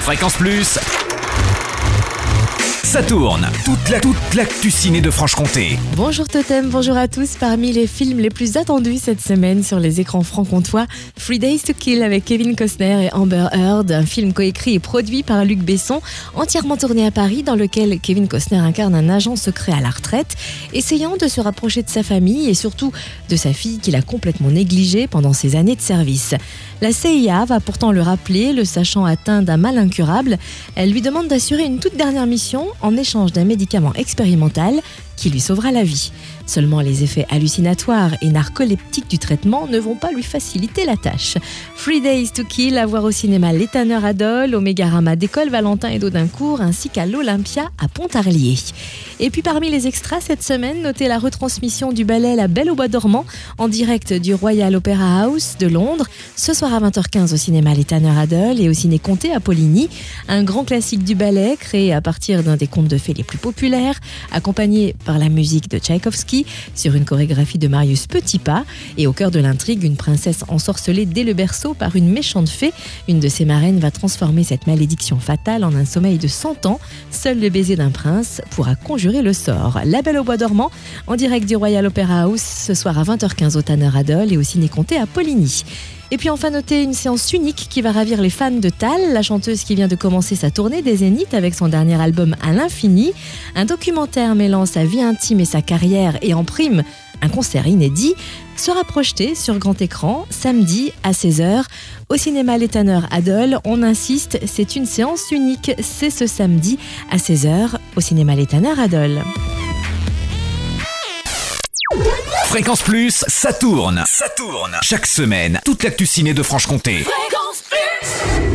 Fréquence Plus, ça tourne. Toute l'actu ciné de Franche-Comté. Bonjour Totem, bonjour à tous. Parmi les films les plus attendus cette semaine sur les écrans franc-comtois, 3 Days to Kill avec Kevin Costner et Amber Heard, un film coécrit et produit par Luc Besson, entièrement tourné à Paris, dans lequel Kevin Costner incarne un agent secret à la retraite, essayant de se rapprocher de sa famille et surtout de sa fille qu'il a complètement négligée pendant ses années de service. La CIA va pourtant le rappeler, le sachant atteint d'un mal incurable. Elle lui demande d'assurer une toute dernière mission en échange d'un médicament expérimental qui lui sauvera la vie. Seulement, les effets hallucinatoires et narcoleptiques du traitement ne vont pas lui faciliter la tâche. 3 Days to Kill, à voir au cinéma Les Tanneurs à Dole, au Mégarama d'École Valentin et d'Audincourt, ainsi qu'à l'Olympia à Pontarlier. Et puis parmi les extras cette semaine, notez la retransmission du ballet La Belle au Bois dormant en direct du Royal Opera House de Londres, ce soir à 20h15 au cinéma Les Tanneurs à Dole et au Ciné Comté à Poligny. Un grand classique du ballet créé à partir d'un des contes de fées les plus populaires, accompagné par la musique de Tchaïkovski sur une chorégraphie de Marius Petipa, et au cœur de l'intrigue, une princesse ensorcelée dès le berceau par une méchante fée. Une de ses marraines va transformer cette malédiction fatale en un sommeil de 100 ans. Seul le baiser d'un prince pourra conjurer le sort. La Belle au Bois dormant en direct du Royal Opera House ce soir à 20h15 au Tanneurs à Dole et au Ciné Comté à Poligny. Et puis enfin, notez une séance unique qui va ravir les fans de Tal, la chanteuse qui vient de commencer sa tournée des Zéniths avec son dernier album À l'infini. Un documentaire mêlant sa vie intime et sa carrière et en prime un concert inédit sera projeté sur grand écran samedi à 16h au cinéma Les Tanneurs à Dole. On insiste, c'est une séance unique, c'est ce samedi à 16h au cinéma Les Tanneurs à Dole. Fréquence Plus, ça tourne. Chaque semaine, toute l'actu ciné de Franche-Comté. Fréquence Plus.